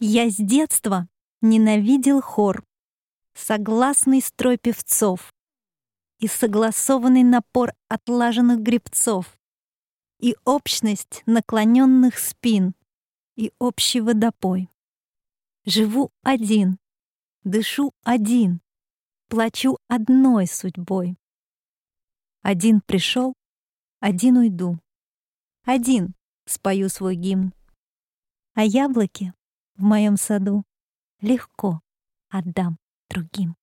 Я с детства ненавидел хор, согласный строй певцов и согласованный напор отлаженных гребцов, и общность наклоненных спин, и общий водопой. Живу один, дышу один, плачу одной судьбой. Один пришел, один уйду, один спою свой гимн. А яблоки в моем саду легко отдам другим.